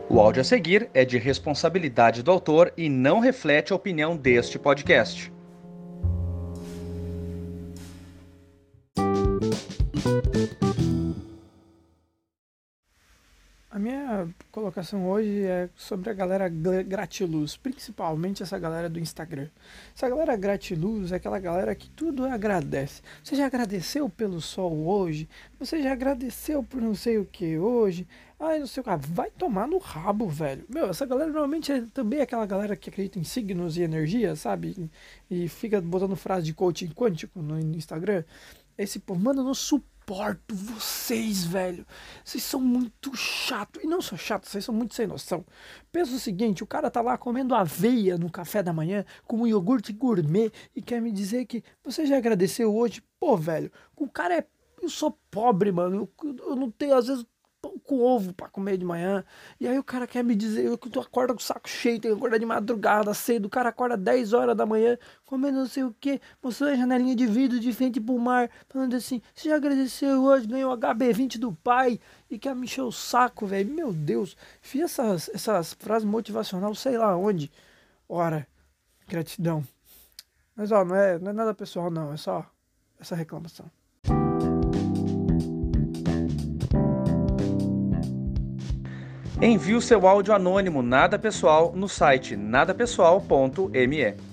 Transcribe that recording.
O áudio a seguir é de responsabilidade do autor e não reflete a opinião deste podcast. A minha colocação hoje é sobre a galera gratiluz, principalmente essa galera do Instagram. Essa galera gratiluz é aquela galera que tudo agradece. Você já agradeceu pelo sol hoje? Você já agradeceu por não sei o que hoje? Ai, não sei o que. Vai tomar no rabo, velho. Meu, essa galera normalmente é também aquela galera que acredita em signos e energia, sabe? E fica botando frase de coaching quântico no Instagram. Esse povo, mano, eu não suporto vocês, velho. Vocês são muito chato. E não só chato, vocês são muito sem noção. Pensa o seguinte, o cara tá lá comendo aveia no café da manhã com um iogurte gourmet e quer me dizer que você já agradeceu hoje? Pô, velho, o cara é... Eu sou pobre, mano. Eu não tenho, às vezes, pão com ovo pra comer de manhã. E aí o cara quer me dizer que tu acorda com o saco cheio, tem que acordar de madrugada, cedo. O cara acorda 10 horas da manhã, comendo não sei o que, mostrando a janelinha de vidro de frente pro mar, falando assim, você já agradeceu hoje, ganhou o HB20 do pai e quer me encher o saco, velho. Meu Deus, fiz essas frases motivacionais, sei lá onde. Ora, gratidão. Mas ó, não é nada pessoal não, é só essa reclamação. Envie o seu áudio anônimo nada pessoal no site nadapessoal.me.